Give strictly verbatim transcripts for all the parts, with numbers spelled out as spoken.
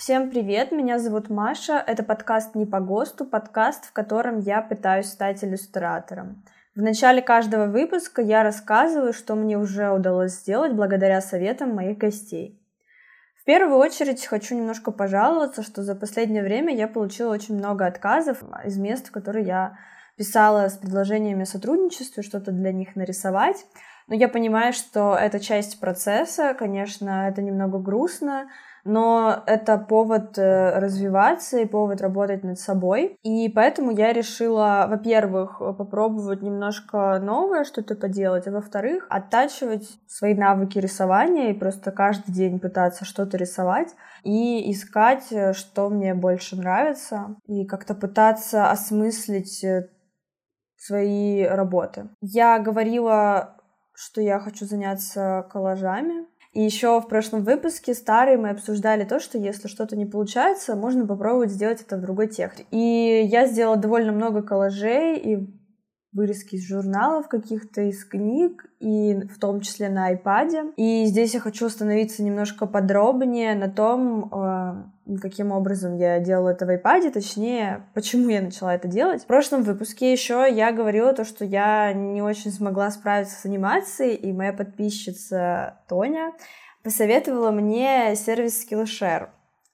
Всем привет, меня зовут Маша, это подкаст «Не по ГОСТу», подкаст, в котором я пытаюсь стать иллюстратором. В начале каждого выпуска я рассказываю, что мне уже удалось сделать благодаря советам моих гостей. В первую очередь хочу немножко пожаловаться, что за последнее время я получила очень много отказов из мест, в которые я писала с предложениями о сотрудничестве, что-то для них нарисовать. Но я понимаю, что это часть процесса, конечно, это немного грустно, но это повод развиваться и повод работать над собой. И поэтому я решила, во-первых, попробовать немножко новое что-то поделать, а во-вторых, оттачивать свои навыки рисования и просто каждый день пытаться что-то рисовать и искать, что мне больше нравится, и как-то пытаться осмыслить свои работы. Я говорила, что я хочу заняться коллажами. И еще в прошлом выпуске, старый, мы обсуждали то, что если что-то не получается, можно попробовать сделать это в другой технике. И я сделала довольно много коллажей и вырезки из журналов каких-то, из книг, и в том числе на айпаде. И здесь я хочу остановиться немножко подробнее на том, каким образом я делала это в айпаде, точнее, почему я начала это делать. В прошлом выпуске еще я говорила то, что я не очень смогла справиться с анимацией, и моя подписчица Тоня посоветовала мне сервис Skillshare.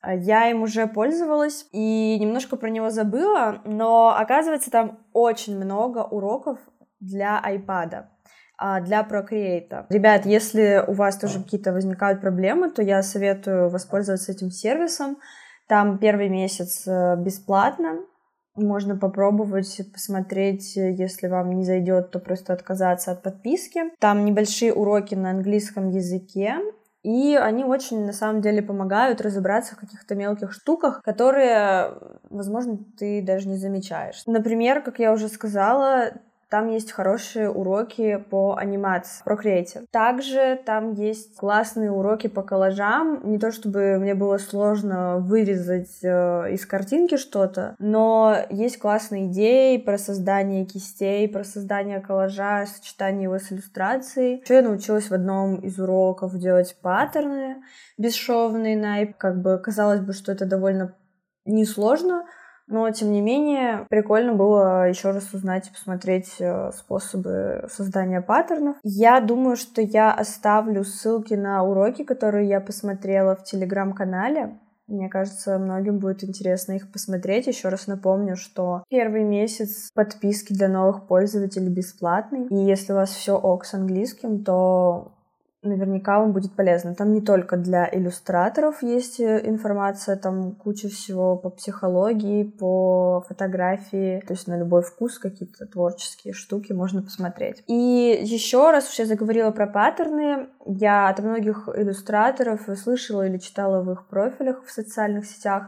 Я им уже пользовалась и немножко про него забыла, но оказывается, там очень много уроков для айпада, для Procreate. Ребят, если у вас тоже какие-то возникают проблемы, то я советую воспользоваться этим сервисом. Там первый месяц бесплатно. Можно попробовать, посмотреть, если вам не зайдет, то просто отказаться от подписки. Там небольшие уроки на английском языке. И они очень, на самом деле, помогают разобраться в каких-то мелких штуках, которые, возможно, ты даже не замечаешь. Например, как я уже сказала, там есть хорошие уроки по анимации, Procreate. Также там есть классные уроки по коллажам. Не то чтобы мне было сложно вырезать э, из картинки что-то, но есть классные идеи про создание кистей, про создание коллажа, сочетание его с иллюстрацией. Еще я научилась в одном из уроков делать паттерны бесшовные найп. Как бы казалось бы, что это довольно несложно, но, тем не менее, прикольно было еще раз узнать и посмотреть способы создания паттернов. Я думаю, что я оставлю ссылки на уроки, которые я посмотрела в Телеграм-канале. Мне кажется, многим будет интересно их посмотреть. Еще раз напомню, что первый месяц подписки для новых пользователей бесплатный. И если у вас все ок с английским, то наверняка вам будет полезно. Там не только для иллюстраторов есть информация, там куча всего по психологии, по фотографии, то есть на любой вкус какие-то творческие штуки можно посмотреть. И еще раз, я заговорила про паттерны, я от многих иллюстраторов слышала или читала в их профилях в социальных сетях,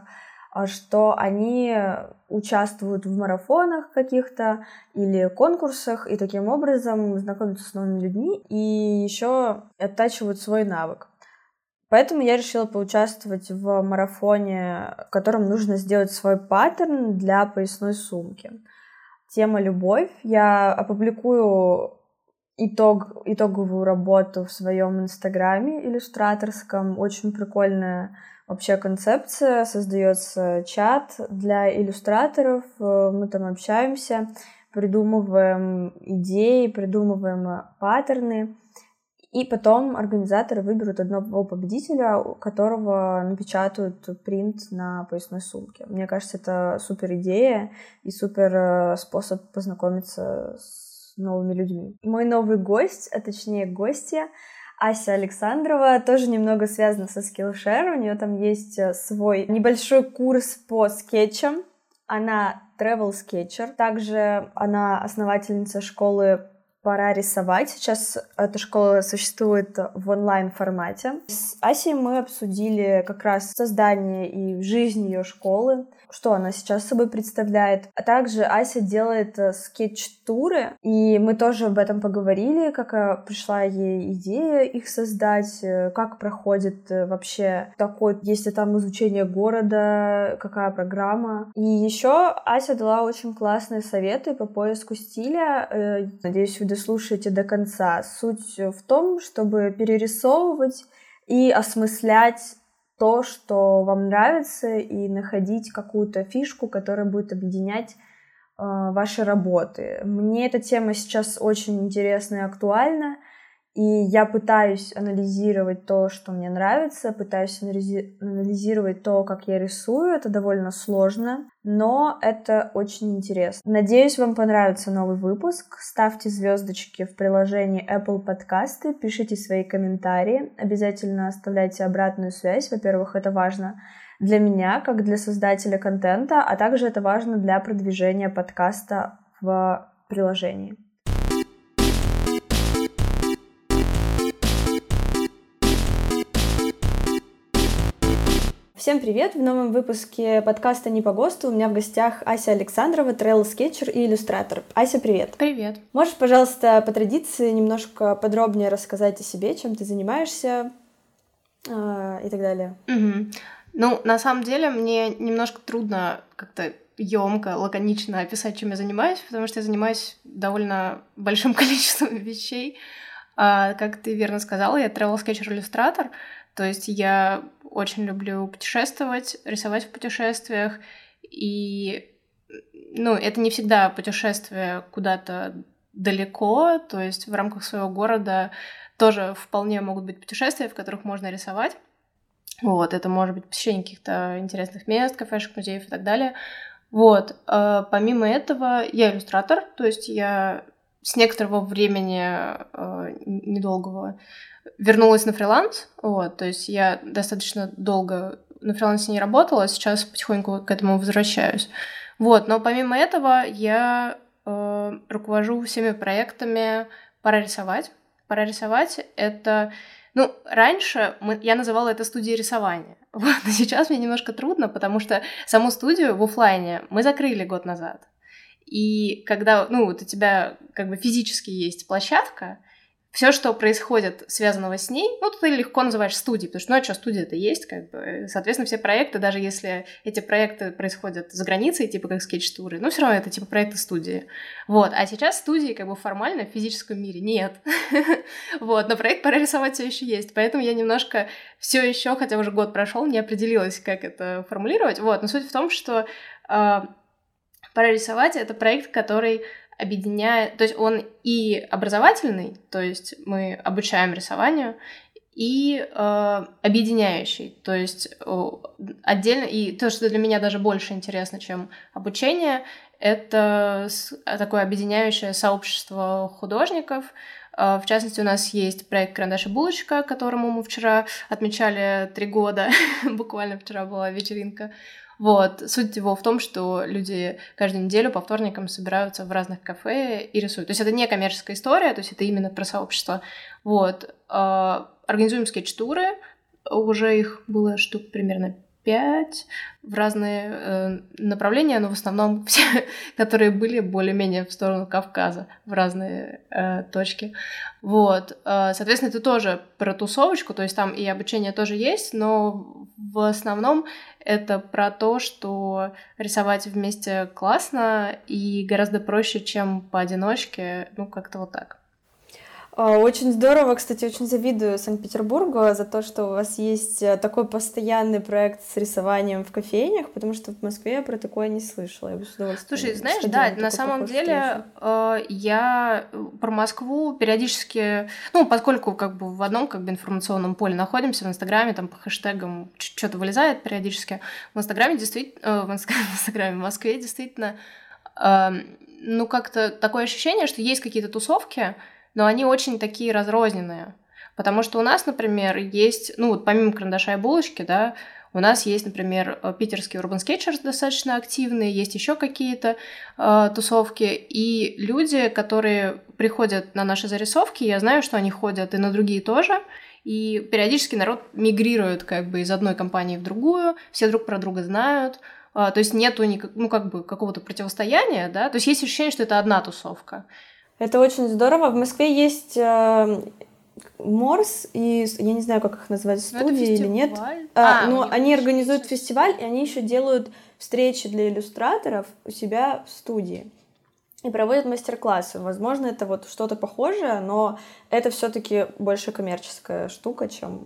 что они участвуют в марафонах каких-то или конкурсах, и таким образом знакомятся с новыми людьми и еще оттачивают свой навык. Поэтому я решила поучаствовать в марафоне, в котором нужно сделать свой паттерн для поясной сумки. Тема «Любовь». Я опубликую итог, итоговую работу в своем инстаграме иллюстраторском. Очень прикольная вообще концепция. Создается чат для иллюстраторов. Мы там общаемся, придумываем идеи, придумываем паттерны. И потом организаторы выберут одного победителя, которого напечатают принт на поясной сумке. Мне кажется, это супер идея и супер способ познакомиться с новыми людьми. Мой новый гость, а точнее гостья, Ася Александрова, тоже немного связана со Skillshare. У нее там есть свой небольшой курс по скетчам. Она travel sketcher. Также она основательница школы «Пора рисовать». Сейчас эта школа существует в онлайн-формате. С Асей мы обсудили как раз создание и жизнь ее школы, что она сейчас собой представляет. А также Ася делает скетч-туры, и мы тоже об этом поговорили, как пришла ей идея их создать, как проходит вообще такой, если там изучение города, какая программа. И еще Ася дала очень классные советы по поиску стиля. Надеюсь, вы дослушаете до конца. Суть в том, чтобы перерисовывать и осмыслять то, что вам нравится, и находить какую-то фишку, которая будет объединять э, ваши работы. Мне эта тема сейчас очень интересна и актуальна, и я пытаюсь анализировать то, что мне нравится, пытаюсь анализи- анализировать то, как я рисую. Это довольно сложно, но это очень интересно. Надеюсь, вам понравится новый выпуск. Ставьте звездочки в приложении Apple Podcasts, пишите свои комментарии, обязательно оставляйте обратную связь. Во-первых, это важно для меня, как для создателя контента, а также это важно для продвижения подкаста в приложении. Всем привет! В новом выпуске подкаста «Не по ГОСТу» у меня в гостях Ася Александрова, трейл-скетчер и иллюстратор. Ася, привет! Привет! Можешь, пожалуйста, по традиции немножко подробнее рассказать о себе, чем ты занимаешься э, и так далее? Угу. Ну, на самом деле, мне немножко трудно как-то ёмко, лаконично описать, чем я занимаюсь, потому что я занимаюсь довольно большим количеством вещей. А, как ты верно сказала, я travel-скетчер-иллюстратор, то есть я очень люблю путешествовать, рисовать в путешествиях, и, ну, это не всегда путешествие куда-то далеко, то есть в рамках своего города тоже вполне могут быть путешествия, в которых можно рисовать. Вот, это может быть посещение каких-то интересных мест, кафешек, музеев и так далее. Вот, а, помимо этого, я иллюстратор, то есть я с некоторого времени э, недолгого вернулась на фриланс, вот, то есть я достаточно долго на фрилансе не работала, сейчас потихоньку к этому возвращаюсь. Вот, но помимо этого я э, руковожу всеми проектами «Пора рисовать». «Пора рисовать» — это... Ну, раньше мы, я называла это студией рисования, вот, но сейчас мне немножко трудно, потому что саму студию в офлайне мы закрыли год назад. И когда, ну, вот у тебя как бы физически есть площадка, все, что происходит, связанного с ней, ну, ты легко называешь студией, потому что, ну, а что, студия-то есть, как бы, соответственно, все проекты, даже если эти проекты происходят за границей, типа как скетч-туры, ну, все равно это типа проекты студии. Вот, а сейчас студии как бы формально в физическом мире нет. Вот, но проект «Пора рисовать» все еще есть, поэтому я немножко все еще, хотя уже год прошел, не определилась, как это формулировать. Вот, но суть в том, что «Пора рисовать» — это проект, который объединяет, то есть он и образовательный, то есть мы обучаем рисованию, и э, объединяющий, то есть э, отдельно, и то, что для меня даже больше интересно, чем обучение, это такое объединяющее сообщество художников. В частности, у нас есть проект «Карандаш и булочка», которому мы вчера отмечали три года, буквально вчера была вечеринка. Вот. Суть его в том, что люди каждую неделю по вторникам собираются в разных кафе и рисуют. То есть это не коммерческая история, то есть это именно про сообщество. Вот. Организуем скетч-туры, уже их было штук примерно пять в разные э, направления, но в основном все, которые были более-менее в сторону Кавказа, в разные э, точки. Вот. Соответственно, это тоже про тусовочку, то есть там и обучение тоже есть, но в основном это про то, что рисовать вместе классно и гораздо проще, чем поодиночке, ну, как-то вот так. Очень здорово, кстати, очень завидую Санкт-Петербургу за то, что у вас есть такой постоянный проект с рисованием в кофейнях, потому что в Москве я про такое не слышала. Я бы с удовольствием Слушай, знаешь, да, на, на самом деле э, я про Москву периодически, ну, поскольку как бы в одном как бы информационном поле находимся, в Инстаграме, там по хэштегам что-то вылезает периодически, в Инстаграме действительно, э, в Инстаграме, в Москве действительно, э, ну, как-то такое ощущение, что есть какие-то тусовки, но они очень такие разрозненные. Потому что у нас, например, есть, ну вот помимо «Карандаша и булочки», да, у нас есть, например, питерский Urban Sketchers достаточно активные, есть еще какие-то э, тусовки, и люди, которые приходят на наши зарисовки, я знаю, что они ходят и на другие тоже, и периодически народ мигрирует как бы из одной компании в другую, все друг про друга знают, э, то есть нету никак, ну, как бы какого-то противостояния, да, то есть есть ощущение, что это одна тусовка. Это очень здорово. В Москве есть э, Морс, и я не знаю, как их назвать, студии или нет. А, а, ну, они организуют фестиваль, и они еще делают встречи для иллюстраторов у себя в студии. И проводят мастер-классы. Возможно, это вот что-то похожее, но это все-таки больше коммерческая штука, чем,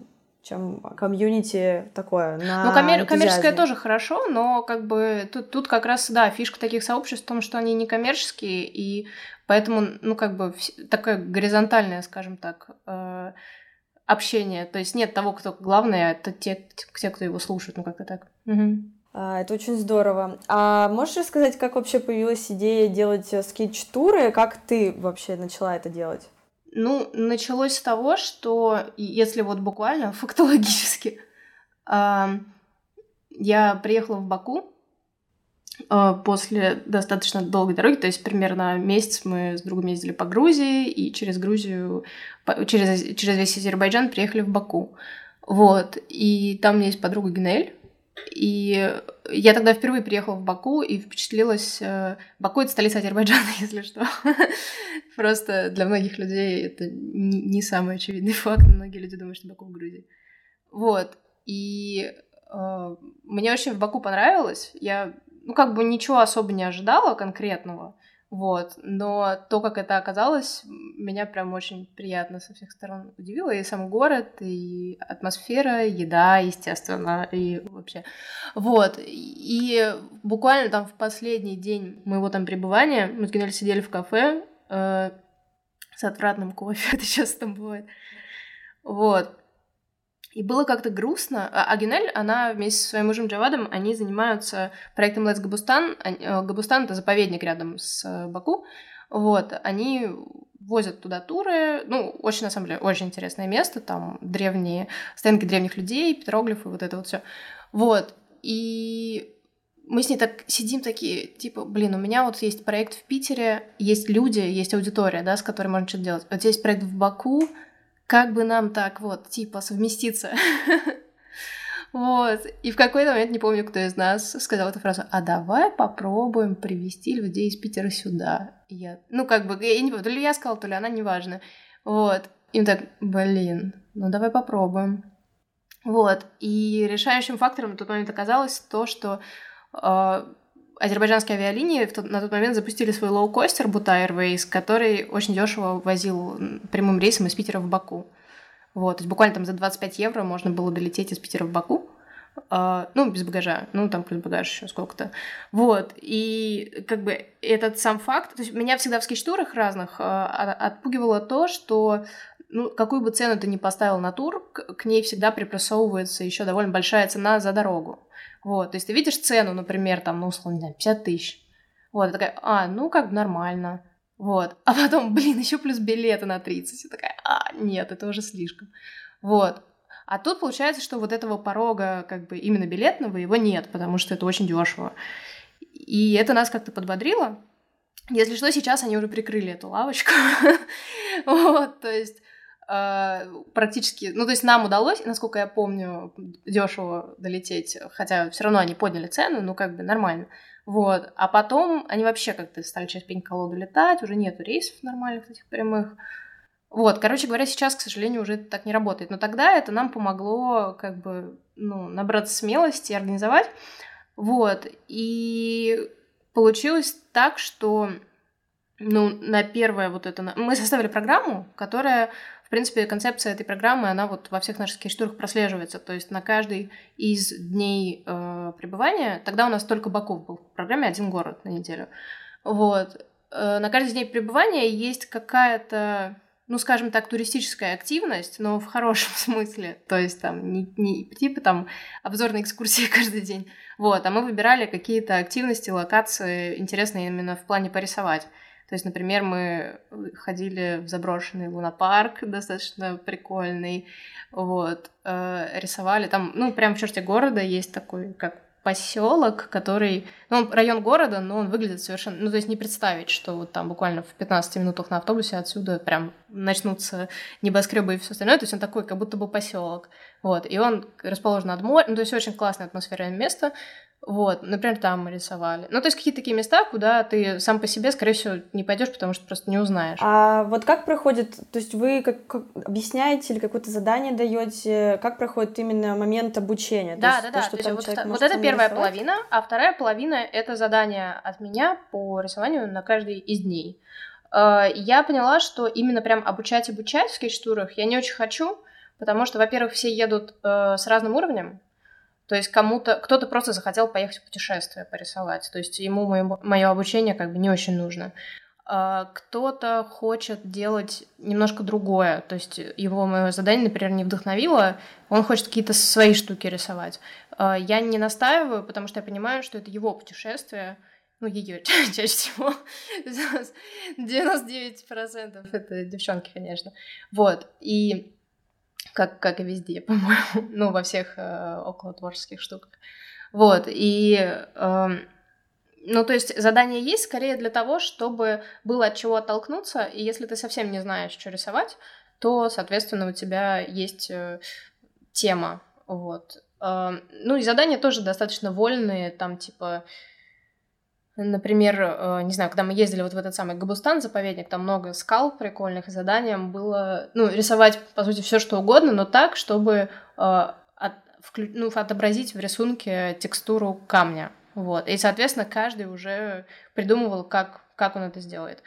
чем комьюнити такое на Ну, коммер- энтузиазме. коммерческое тоже хорошо, но как бы тут, тут как раз, да, фишка таких сообществ в том, что они не коммерческие, и поэтому, ну, как бы вс- такое горизонтальное, скажем так, э, общение. То есть нет того, кто главный, а это те, те, кто его слушает, ну, как-то так. Мгм. А, это очень здорово. А можешь рассказать, как вообще появилась идея делать э, скетч-туры? Как ты вообще начала это делать? Ну, началось с того, что и- если вот буквально фактологически, ам, я приехала в Баку а, после достаточно долгой дороги, то есть примерно месяц мы с другом ездили по Грузии, и через Грузию, по- через, через весь Азербайджан приехали в Баку. Вот, и там у меня есть подруга Гюнель, и я тогда впервые приехала в Баку и впечатлилась... э, Баку — это столица Азербайджана, если что. Просто для многих людей это не, не самый очевидный факт. Многие люди думают, что Баку в Грузии. Вот. И э, мне вообще в Баку понравилось. Я, ну, как бы ничего особо не ожидала конкретного. Вот. Но то, как это оказалось, меня прям очень приятно со всех сторон удивило. И сам город, и атмосфера, еда, естественно, и вообще. Вот. И буквально там в последний день моего там пребывания мы с Генель сидели в кафе э, с отвратным кофе, это часто там бывает. Вот. И было как-то грустно. А, а Гюнель, она вместе со своим мужем Джавадом, они занимаются проектом Let's Габустан. Они- э, Габустан — это заповедник рядом с э, Баку. Вот, они возят туда туры. Ну, очень, на самом деле, очень интересное место. Там древние, стоянки древних людей, петроглифы, вот это вот все. Вот. И мы с ней так сидим такие, типа, блин, у меня вот есть проект в Питере, есть люди, есть аудитория, да, с которой можно что-то делать. Вот есть проект в Баку, как бы нам так вот, типа, совместиться? Вот. И в какой-то момент, не помню, кто из нас сказал эту фразу: а давай попробуем привести людей из Питера сюда. И я, ну, как бы, я не помню, то ли я сказала, то ли она, неважно. Вот. И мы так, блин, ну давай попробуем. Вот. И решающим фактором на тот момент оказалось то, что э, азербайджанские авиалинии в тот- на тот момент запустили свой лоукостер Бута Airways, который очень дешево возил м, прямым рейсом из Питера в Баку. Вот, то есть буквально там за двадцать пять евро можно было долететь из Питера в Баку. А, ну, без багажа. Ну, там плюс багаж еще сколько-то. Вот. И как бы этот сам факт... То есть меня всегда в скетч-турах разных а, а- отпугивало то, что ну, какую бы цену ты ни поставил на тур, к, к ней всегда припрессовывается еще довольно большая цена за дорогу. Вот. То есть ты видишь цену, например, там, ну, условно, не знаю, пятьдесят тысяч. Вот. И такая, а, ну, как бы нормально. Вот. А потом, блин, еще плюс билеты на тридцать. И такая, а, нет, это уже слишком. Вот. А тут получается, что вот этого порога, как бы именно билетного, его нет, потому что это очень дешево. И это нас как-то подбодрило. Если что, сейчас они уже прикрыли эту лавочку. Вот, то есть э, практически, ну, то есть нам удалось, насколько я помню, дешево долететь, хотя все равно они подняли цену, ну, как бы нормально. Вот, а потом они вообще как-то стали через пень-колоду летать, уже нету рейсов нормальных этих прямых. Вот, короче говоря, сейчас, к сожалению, уже это так не работает. Но тогда это нам помогло как бы, ну, набраться смелости и организовать. Вот, и получилось так, что, ну, на первое вот это... Мы составили программу, которая, в принципе, концепция этой программы, она вот во всех наших скетч-турах прослеживается. То есть на каждый из дней э, пребывания, тогда у нас только Баку был в программе, один город на неделю. Вот. Э, на каждый день пребывания есть какая-то, ну, скажем так, туристическая активность, но в хорошем смысле. То есть там не, не типа там обзорные экскурсии каждый день. Вот. А мы выбирали какие-то активности, локации интересные именно в плане порисовать. То есть, например, мы ходили в заброшенный лунопарк, достаточно прикольный, вот, э, рисовали там, ну, прям в черте города есть такой, как поселок, который, ну, он район города, но он выглядит совершенно, ну, то есть не представить, что вот там буквально в пятнадцати минутах на автобусе отсюда прям начнутся небоскребы и все остальное, то есть он такой, как будто бы поселок, вот, и он расположен над морем, ну, то есть очень классное атмосферное место. Вот, например, там мы рисовали. Ну, то есть какие-то такие места, куда ты сам по себе, скорее всего, не пойдешь, потому что просто не узнаешь. А вот как проходит, то есть вы как, как объясняете или какое-то задание даете, как проходит именно момент обучения? Да, то да, есть да. То, что то там есть вот, человек вот может это сам первая нарисовать? половина, а вторая половина — это задание от меня по рисованию на каждый из дней. Э, Я поняла, что именно прям обучать-обучать в скетч-турах я не очень хочу, потому что, во-первых, все едут э, с разным уровнем, то есть кому-то, кто-то просто захотел поехать в путешествие порисовать, то есть ему мое обучение как бы не очень нужно. Кто-то хочет делать немножко другое, то есть его мое задание, например, не вдохновило, он хочет какие-то свои штуки рисовать. Я не настаиваю, потому что я понимаю, что это его путешествие, ну, ее чаще всего, девяносто девять процентов это девчонки, конечно, вот, и как, как и везде, по-моему, ну, во всех э, около творческих штуках, вот, и... Э, Ну, то есть задание есть скорее для того, чтобы было от чего оттолкнуться, и если ты совсем не знаешь, что рисовать, то, соответственно, у тебя есть э, тема, вот. Э, ну, и задания тоже достаточно вольные, там, типа, например, э, не знаю, когда мы ездили вот в этот самый Габустан, заповедник, там много скал прикольных, и заданием было, ну, рисовать, по сути, все что угодно, но так, чтобы э, от, вклю... ну, отобразить в рисунке текстуру камня. Вот. И, соответственно, каждый уже придумывал, как, как он это сделает.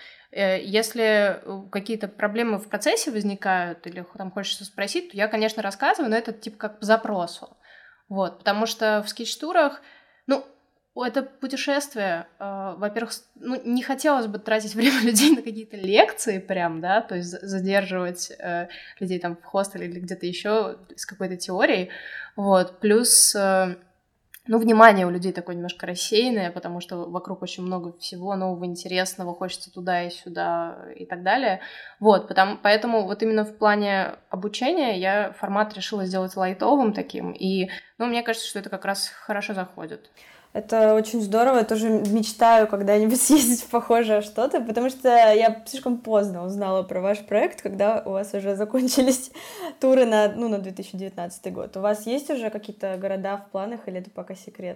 Если какие-то проблемы в процессе возникают или там хочется спросить, то я, конечно, рассказываю, но это типа как по запросу. Вот. Потому что в скетч-турах, ну, это путешествие, э, во-первых, ну, не хотелось бы тратить время людей на какие-то лекции прям, да, то есть задерживать э, людей там в хостеле или где-то еще с какой-то теорией. Вот. Плюс... Э, Ну, внимание у людей такое немножко рассеянное, потому что вокруг очень много всего нового, интересного, хочется туда и сюда и так далее. Вот, потому, поэтому вот именно в плане обучения я формат решила сделать лайтовым таким, и, ну, мне кажется, что это как раз хорошо заходит. Это очень здорово, я тоже мечтаю когда-нибудь съездить в похожее что-то, потому что я слишком поздно узнала про ваш проект, когда у вас уже закончились туры на, ну, на две тысячи девятнадцатый год. У вас есть уже какие-то города в планах или это пока секрет?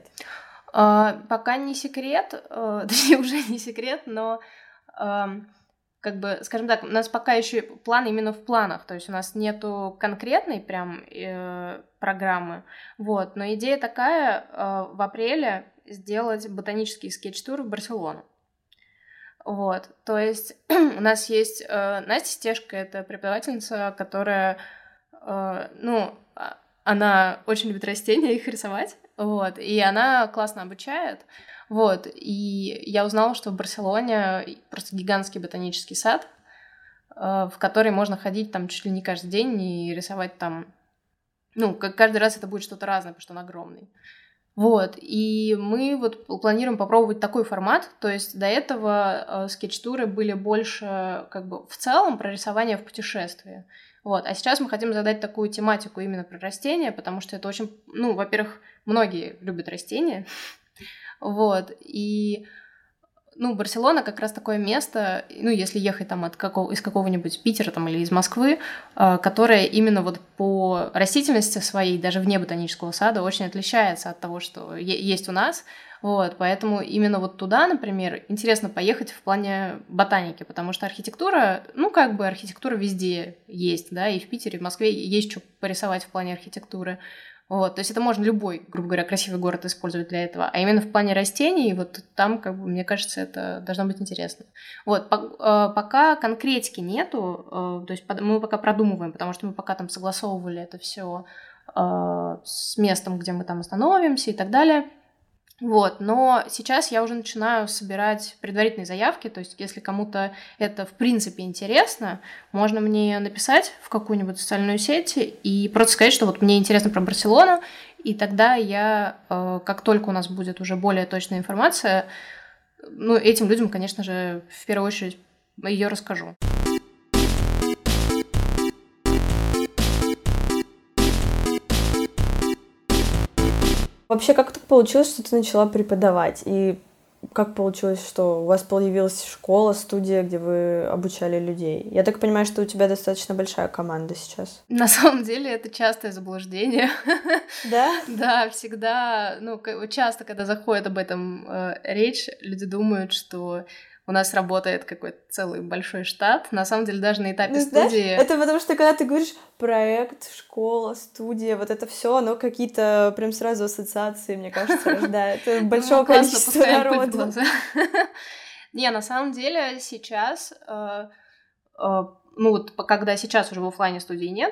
А, пока не секрет, а, точнее, уже не секрет, но... А... как бы, скажем так, у нас пока еще план именно в планах, то есть у нас нету конкретной прям э, программы, вот, но идея такая э, в апреле сделать ботанический скетч-тур в Барселону, вот, то есть у нас есть э, Настя Стешко, это преподавательница, которая, э, ну, она очень любит растения, их рисовать, вот, и она классно обучает. Вот, и я узнала, что в Барселоне просто гигантский ботанический сад, в который можно ходить там чуть ли не каждый день и рисовать там, ну, каждый раз это будет что-то разное, потому что он огромный. Вот, и мы вот планируем попробовать такой формат, то есть до этого скетч-туры были больше как бы в целом про рисование в путешествии. Вот, а сейчас мы хотим задать такую тематику именно про растения, потому что это очень, ну, во-первых, многие любят растения, вот, и, ну, Барселона как раз такое место, ну, если ехать там от какого, из какого-нибудь Питера там, или из Москвы, э, которое именно вот по растительности своей, даже вне ботанического сада, очень отличается от того, что е- есть у нас, вот, поэтому именно вот туда, например, интересно поехать в плане ботаники, потому что архитектура, ну, как бы архитектура везде есть, да, и в Питере, и в Москве есть что порисовать в плане архитектуры. Вот, то есть это можно любой, грубо говоря, красивый город использовать для этого, а именно в плане растений, вот там, как бы, мне кажется, это должно быть интересно. Вот, по, э, пока конкретики нету, э, то есть мы пока продумываем, потому что мы пока там согласовывали это все э, с местом, где мы там остановимся и так далее. Вот, но сейчас я уже начинаю собирать предварительные заявки, то есть если кому-то это в принципе интересно, можно мне написать в какую-нибудь социальную сеть и просто сказать, что вот мне интересно про Барселону, и тогда я, как только у нас будет уже более точная информация, ну, этим людям, конечно же, в первую очередь ее расскажу. Вообще, как так получилось, что ты начала преподавать? И как получилось, что у вас появилась школа, студия, где вы обучали людей? Я так понимаю, что у тебя достаточно большая команда сейчас. На самом деле это частое заблуждение. Да? Да, всегда, ну, часто, когда заходит об этом э, речь, люди думают, что у нас работает какой-то целый большой штат. На самом деле, даже на этапе ну, студии... Знаешь, это потому что, когда ты говоришь проект, школа, студия, вот это все, оно какие-то прям сразу ассоциации, мне кажется, рождает большого количества народу. Не, на самом деле сейчас, ну вот, когда сейчас уже в офлайне студии нет,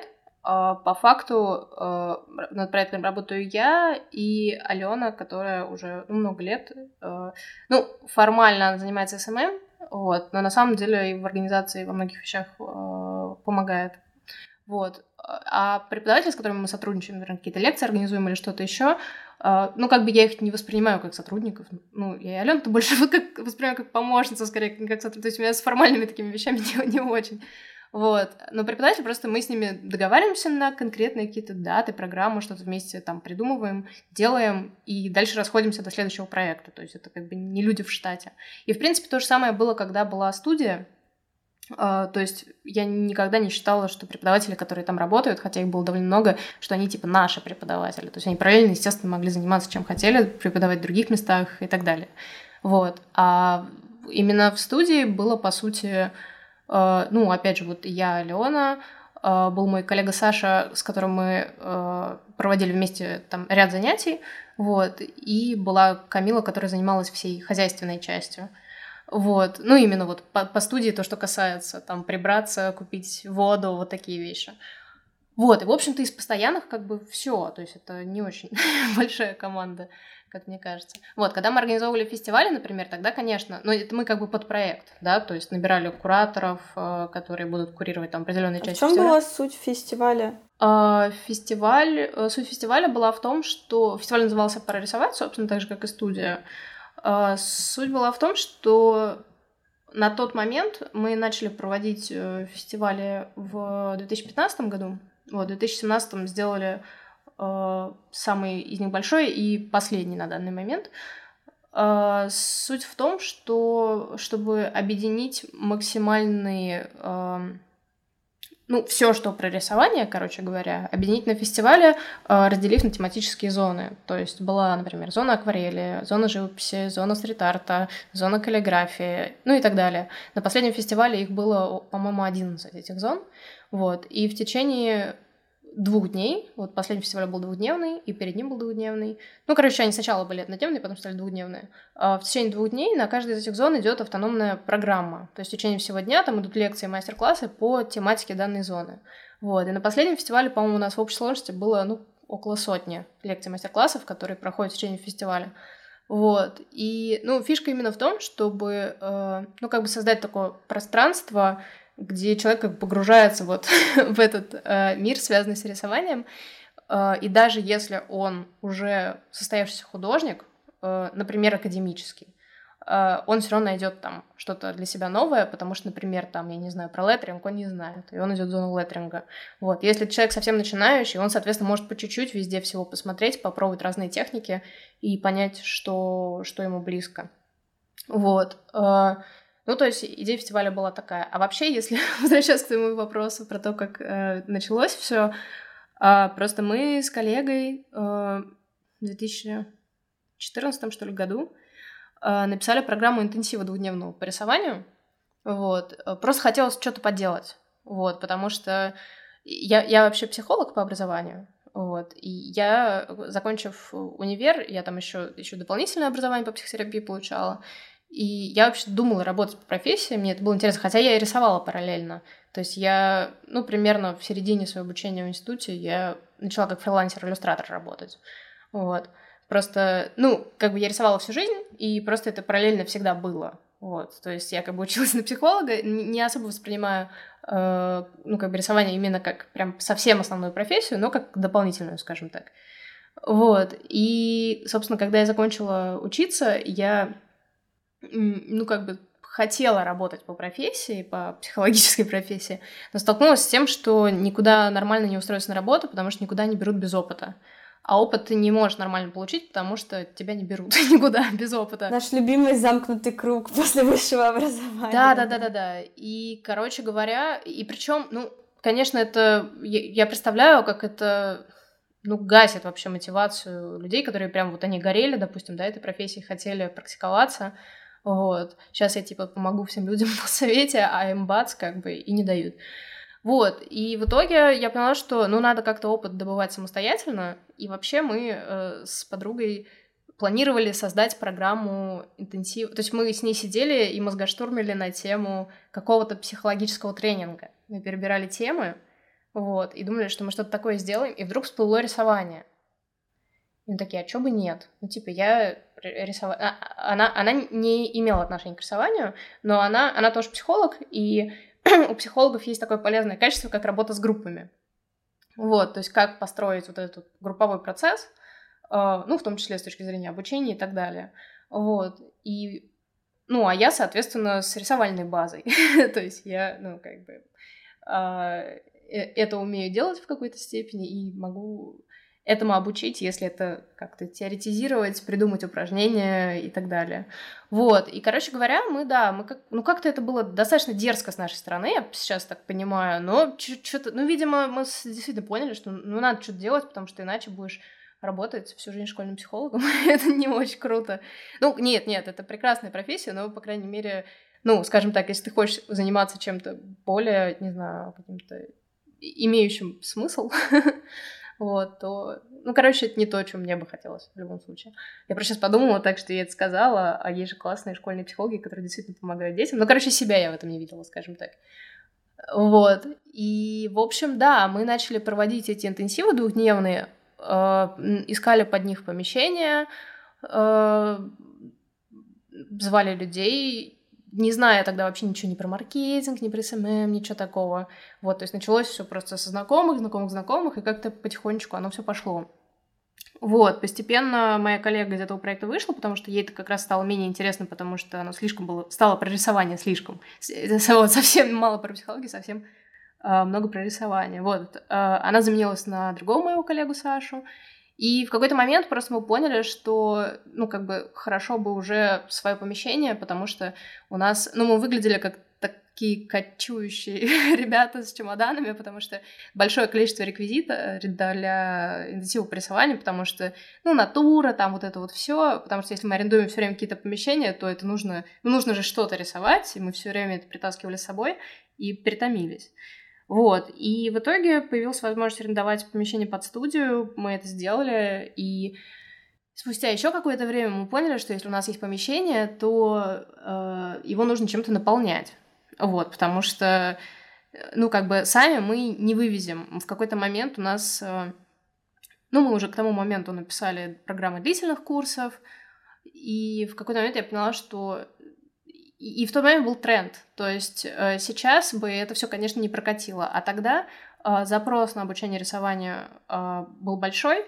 По факту над проектом работаю я и Алена, которая уже ну, много лет, ну, формально она занимается эс эм эм, вот, но на самом деле и в организации во многих вещах помогает. Вот. А преподаватели, с которыми мы сотрудничаем, например, какие-то лекции организуем или что-то еще, ну, как бы я их не воспринимаю как сотрудников. Ну, я и Алена-то больше вот как воспринимаю как помощницу, скорее, как сотрудник. То есть у меня с формальными такими вещами не, не очень. Вот. Но преподаватели, просто мы с ними договариваемся на конкретные какие-то даты, программы, что-то вместе там придумываем, делаем, и дальше расходимся до следующего проекта. То есть это как бы не люди в штате. И, в принципе, то же самое было, когда была студия. Uh, то есть я никогда не считала, что преподаватели, которые там работают, хотя их было довольно много, что они типа наши преподаватели. То есть они параллельно, естественно, могли заниматься чем хотели, преподавать в других местах и так далее. Вот. А именно в студии было, по сути, uh, ну, опять же, вот я, Алена, uh, был мой коллега Саша, с которым мы uh, проводили вместе там ряд занятий, вот, и была Камила, которая занималась всей хозяйственной частью. Вот, ну именно вот по, по студии то, что касается там прибраться, купить воду, вот такие вещи. Вот, и в общем-то из постоянных как бы все, то есть это не очень большая команда, как мне кажется. Вот, когда мы организовывали фестивали, например, тогда, конечно, ну это мы как бы под проект, да, то есть набирали кураторов, которые будут курировать там определенные части фестиваля. В чем была суть фестиваля? Фестиваль, суть фестиваля была в том, что фестиваль назывался «Пора рисовать», собственно, так же, как и студия. Суть была в том, что на тот момент мы начали проводить фестивали в две тысячи пятнадцатом году. Вот, в две тысячи семнадцатом сделали э, самый из них большой и последний на данный момент. Э, суть в том, что чтобы объединить максимальные... Э, ну, все, что про рисование, короче говоря, объединить на фестивале, разделив на тематические зоны. То есть была, например, зона акварели, зона живописи, зона стрит-арта, зона каллиграфии, ну и так далее. На последнем фестивале их было, по-моему, одиннадцать этих зон. Вот. И в течение двух дней, вот последний фестиваль был двухдневный, и перед ним был двухдневный. Ну, короче, они сначала были однодневные, потом стали двухдневные. А в течение двух дней на каждой из этих зон идет автономная программа. То есть в течение всего дня там идут лекции и мастер-классы по тематике данной зоны. Вот. И на последнем фестивале, по-моему, у нас в общей сложности было, ну, около сотни лекций и мастер-классов, которые проходят в течение фестиваля. Вот. И, ну, фишка именно в том, чтобы, э, ну, как бы создать такое пространство, где человек как бы погружается вот в этот э, мир, связанный с рисованием, э, и даже если он уже состоявшийся художник, э, например, академический, э, он все равно найдет там что-то для себя новое, потому что, например, там, я не знаю, про леттеринг он не знает, и он идет в зону леттеринга. Вот. Если человек совсем начинающий, он, соответственно, может по чуть-чуть везде всего посмотреть, попробовать разные техники и понять, что, что ему близко. Вот. Ну, то есть идея фестиваля была такая. А вообще, если возвращаться к твоему вопросу про то, как э, началось все, э, просто мы с коллегой э, в две тысячи четырнадцатом, что ли, году э, написали программу интенсива двухдневного по рисованию. Вот. Просто хотелось что-то поделать. Вот, потому что я, я вообще психолог по образованию. Вот. И я, закончив универ, я там еще, еще дополнительное образование по психотерапии получала. И я вообще думала работать по профессии, мне это было интересно, хотя я и рисовала параллельно. То есть я, ну, примерно в середине своего обучения в институте я начала как фрилансер-иллюстратор работать. Вот. Просто, ну, как бы я рисовала всю жизнь, и просто это параллельно всегда было. Вот. То есть я как бы училась на психолога, не особо воспринимаю, э, ну, как бы рисование именно как прям совсем основную профессию, но как дополнительную, скажем так. Вот. И, собственно, когда я закончила учиться, я... ну, как бы хотела работать по профессии, по психологической профессии, но столкнулась с тем, что никуда нормально не устроиться на работу, потому что никуда не берут без опыта. А опыт ты не можешь нормально получить, потому что тебя не берут никуда без опыта. Наш любимый замкнутый круг после высшего образования. Да, да, да, да, да. И, короче говоря, и причем, ну, конечно, это я, я представляю, как это, ну, гасит вообще мотивацию людей, которые прям вот они горели, допустим, да, этой профессии, хотели практиковаться. Вот. Сейчас я, типа, помогу всем людям на совете, а им бац, как бы, и не дают. Вот. И в итоге я поняла, что, ну, надо как-то опыт добывать самостоятельно. И вообще мы э, с подругой планировали создать программу интенсив. То есть мы с ней сидели и мозгоштурмили на тему какого-то психологического тренинга. Мы перебирали темы, Вот, и думали, что мы что-то такое сделаем, и вдруг всплыло рисование. И мы такие, а чё бы нет? Ну, типа, я рисовала... А, она, она не имела отношения к рисованию, но она, она тоже психолог, и у психологов есть такое полезное качество, как работа с группами. Вот, то есть как построить вот этот групповой процесс, э, ну, в том числе с точки зрения обучения и так далее. Вот, и... Ну, а я, соответственно, с рисовальной базой. То есть я, ну, как бы... Э, это умею делать в какой-то степени и могу... этому обучить, если это как-то теоретизировать, придумать упражнения и так далее. Вот. И, короче говоря, мы, да, мы как... Ну, как-то это было достаточно дерзко с нашей стороны, я сейчас так понимаю, но что-то... Ну, видимо, мы действительно поняли, что ну, надо что-то делать, потому что иначе будешь работать всю жизнь школьным психологом. Это не очень круто. Ну, нет, нет, это прекрасная профессия, но, по крайней мере, ну, скажем так, если ты хочешь заниматься чем-то более, не знаю, каким-то имеющим смысл, вот, то... Ну, короче, это не то, чем мне бы хотелось в любом случае. Я просто сейчас подумала так, что я это сказала, а есть же классные школьные психологи, которые действительно помогают детям. Ну, короче, себя я в этом не видела, скажем так. Вот. И, в общем, да, мы начали проводить эти интенсивы двухдневные, э, искали под них помещения, э, звали людей, не зная тогда вообще ничего ни про маркетинг, ни про эс эм эм, ничего такого. Вот, то есть началось все просто со знакомых, знакомых, знакомых, и как-то потихонечку оно все пошло. Вот, постепенно моя коллега из этого проекта вышла, потому что ей это как раз стало менее интересно, потому что оно слишком было, стало про рисование слишком. Вот, совсем мало про психологию, совсем э, много про рисование. Вот, э, она заменилась на другого моего коллегу Сашу, и в какой-то момент просто мы поняли, что, ну, как бы хорошо бы уже свое помещение, потому что у нас, ну, мы выглядели как такие кочующие ребята с чемоданами, потому что большое количество реквизита для интенсива по рисованию, потому что, ну, натура, там вот это вот все, потому что если мы арендуем все время какие-то помещения, то это нужно, ну, нужно же что-то рисовать, и мы все время это притаскивали с собой и перетомились. Вот, и в итоге появилась возможность арендовать помещение под студию, мы это сделали, и спустя еще какое-то время мы поняли, что если у нас есть помещение, то э, его нужно чем-то наполнять, вот, потому что, ну, как бы сами мы не вывезем. В какой-то момент у нас, э, ну, мы уже к тому моменту написали программы длительных курсов, и в какой-то момент я поняла, что И, и в тот момент был тренд. То есть э, сейчас бы это все, конечно, не прокатило. А тогда э, запрос на обучение рисованию э, был большой,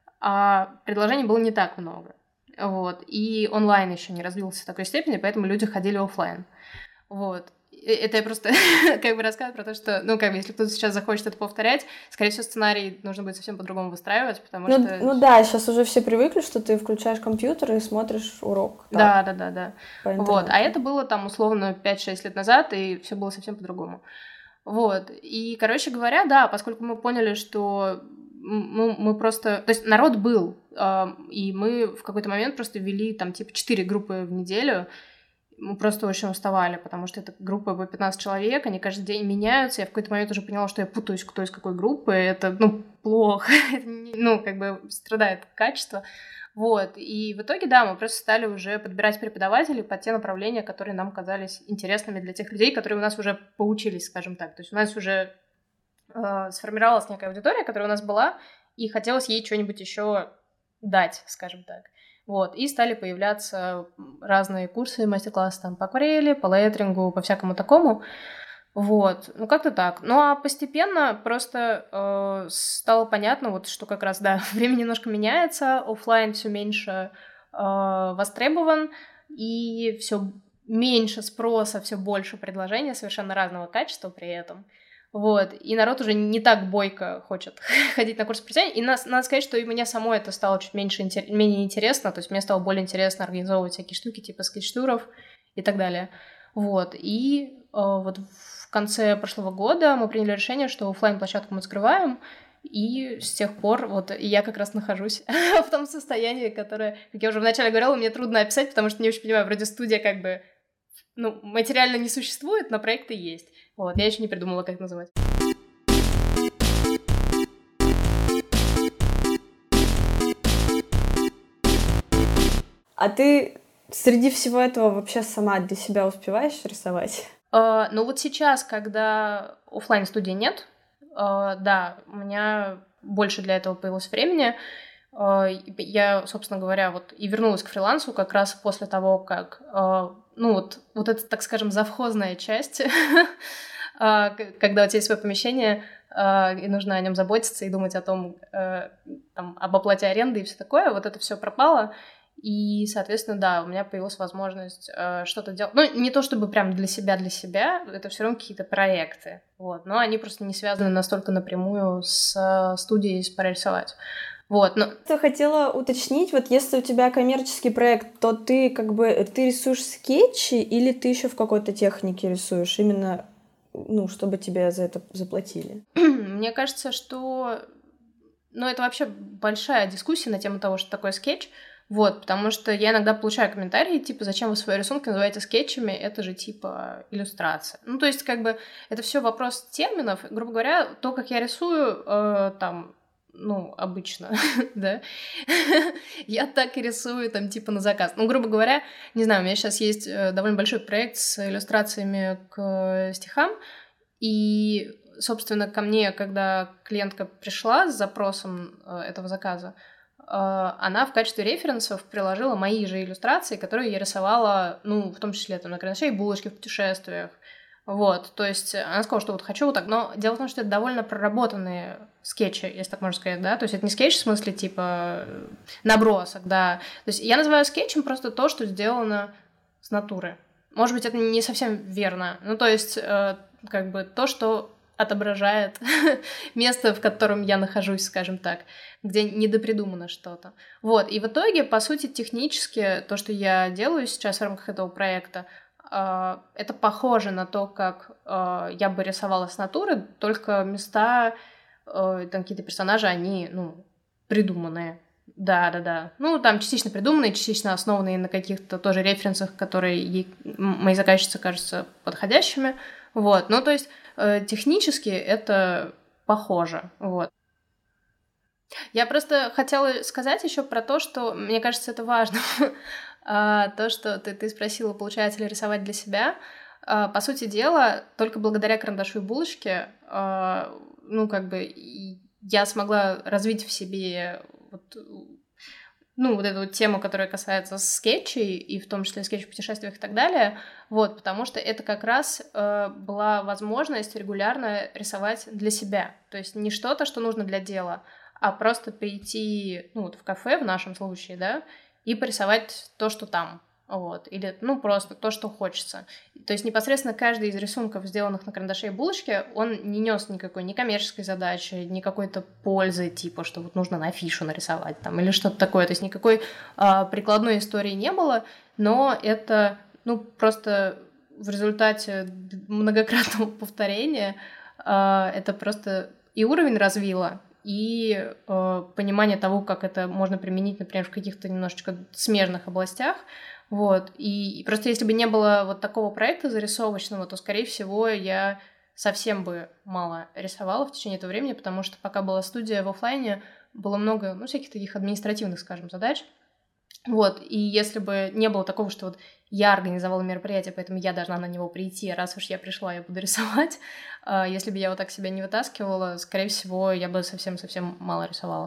а предложений было не так много. Вот. И онлайн еще не развился в такой степени, поэтому люди ходили офлайн. Вот. Это я просто как бы рассказываю про то, что, ну, как бы, если кто-то сейчас захочет это повторять, скорее всего, сценарий нужно будет совсем по-другому выстраивать, потому ну, что... Ну да, сейчас уже все привыкли, что ты включаешь компьютер и смотришь урок. Да, да, да, да. Вот, а это было там условно пять-шесть лет назад, и все было совсем по-другому. Вот, и, короче говоря, да, поскольку мы поняли, что мы, мы просто... То есть народ был, э, и мы в какой-то момент просто вели там типа четыре группы в неделю. Мы просто очень уставали, потому что это группа по пятнадцать человек, они каждый день меняются. Я в какой-то момент уже поняла, что я путаюсь, кто из какой группы. Это, ну, плохо. Ну, как бы страдает качество. Вот. И в итоге, да, мы просто стали уже подбирать преподавателей под те направления, которые нам казались интересными для тех людей, которые у нас уже поучились, скажем так. То есть у нас уже э, сформировалась некая аудитория, которая у нас была, и хотелось ей что-нибудь еще дать, скажем так. Вот, и стали появляться разные курсы, мастер-классы там по акварели, по леттерингу, по всякому такому. Вот, ну как-то так. Ну а постепенно просто э, стало понятно, вот, что как раз, да, время немножко меняется, офлайн все меньше э, востребован, и все меньше спроса, все больше предложений совершенно разного качества при этом. Вот, и народ уже не так бойко хочет ходить на курсы преподавания, и нас, надо сказать, что и мне самой это стало чуть меньше, интер... менее интересно, то есть мне стало более интересно организовывать всякие штуки типа скетч-туров и так далее. Вот, и э, вот в конце прошлого года мы приняли решение, что офлайн-площадку мы закрываем, и с тех пор вот я как раз нахожусь в том состоянии, которое, как я уже вначале говорила, мне трудно описать, потому что не очень понимаю, вроде студия как бы, ну, материально не существует, но проекты есть. Вот, я еще не придумала, как называть. А ты среди всего этого вообще сама для себя успеваешь рисовать? Uh, ну вот сейчас, когда офлайн-студии нет, э, да, у меня больше для этого появилось времени. Э, я, собственно говоря, вот и вернулась к фрилансу как раз после того, как, э, ну вот, вот это, так скажем, завхозная часть, когда у тебя есть свое помещение, и нужно о нем заботиться и думать о том, там, об оплате аренды и все такое, вот это все пропало. И, соответственно, да, у меня появилась возможность э, что-то делать. Ну, не то чтобы прям для себя, для себя, это все равно какие-то проекты, вот, но они просто не связаны настолько напрямую с э, студией «Пора рисовать». Вот, но... Я хотела уточнить, вот если у тебя коммерческий проект, то ты как бы, ты рисуешь скетчи или ты еще в какой-то технике рисуешь, именно, ну, чтобы тебе за это заплатили? Мне кажется, что, ну, это вообще большая дискуссия на тему того, что такое скетч. Вот, потому что я иногда получаю комментарии, типа, зачем вы свои рисунки называете скетчами, это же, типа, иллюстрация. Ну, то есть, как бы, это все вопрос терминов. Грубо говоря, то, как я рисую, э, там, ну, обычно, да, я так и рисую, там, типа, на заказ. Ну, грубо говоря, не знаю, у меня сейчас есть довольно большой проект с иллюстрациями к стихам, и, собственно, ко мне, когда клиентка пришла с запросом этого заказа, она в качестве референсов приложила мои же иллюстрации, которые я рисовала, ну, в том числе там на карандаше и булочки в путешествиях. Вот, то есть она сказала, что вот хочу вот так, но дело в том, что это довольно проработанные скетчи, если так можно сказать, да, то есть это не скетч в смысле типа набросок, да, то есть я называю скетчем просто то, что сделано с натуры. Может быть, это не совсем верно, ну, то есть э, как бы то, что отображает место, в котором я нахожусь, скажем так, где недопридумано что-то. Вот, и в итоге, по сути, технически то, что я делаю сейчас в рамках этого проекта, э, это похоже на то, как э, я бы рисовала с натуры, только места, э, там какие-то персонажи, они, ну, придуманные. Да-да-да. Ну, там частично придуманные, частично основанные на каких-то тоже референсах, которые ей, моей заказчице кажутся подходящими. Вот, ну, то есть э, технически это похоже, вот. Я просто хотела сказать еще про то, что, мне кажется, это важно. То, что ты, ты спросила, получается ли рисовать для себя. По сути дела, только благодаря карандашу и булочке, ну, как бы, я смогла развить в себе вот, ну, вот эту вот тему, которая касается скетчей, и в том числе скетч в путешествиях и так далее, вот, потому что это как раз э, была возможность регулярно рисовать для себя, то есть не что-то, что нужно для дела, а просто прийти, ну, вот в кафе в нашем случае, да, и порисовать то, что там, вот, или, ну, просто то, что хочется. То есть непосредственно каждый из рисунков, сделанных на карандаше и булочке, он не нес никакой ни коммерческой задачи, ни какой-то пользы, типа, что вот нужно на афишу нарисовать там, или что-то такое. То есть никакой а, прикладной истории не было, но это, ну, просто в результате многократного повторения а, это просто и уровень развило, и э, понимание того, как это можно применить, например, в каких-то немножечко смежных областях. Вот. И, и просто если бы не было вот такого проекта зарисовочного, то, скорее всего, я совсем бы мало рисовала в течение этого времени, потому что пока была студия в офлайне, было много, ну, всяких таких административных, скажем, задач. Вот. И если бы не было такого, что вот я организовала мероприятие, поэтому я должна на него прийти, раз уж я пришла, я буду рисовать. Если бы я вот так себя не вытаскивала, скорее всего, я бы совсем-совсем мало рисовала.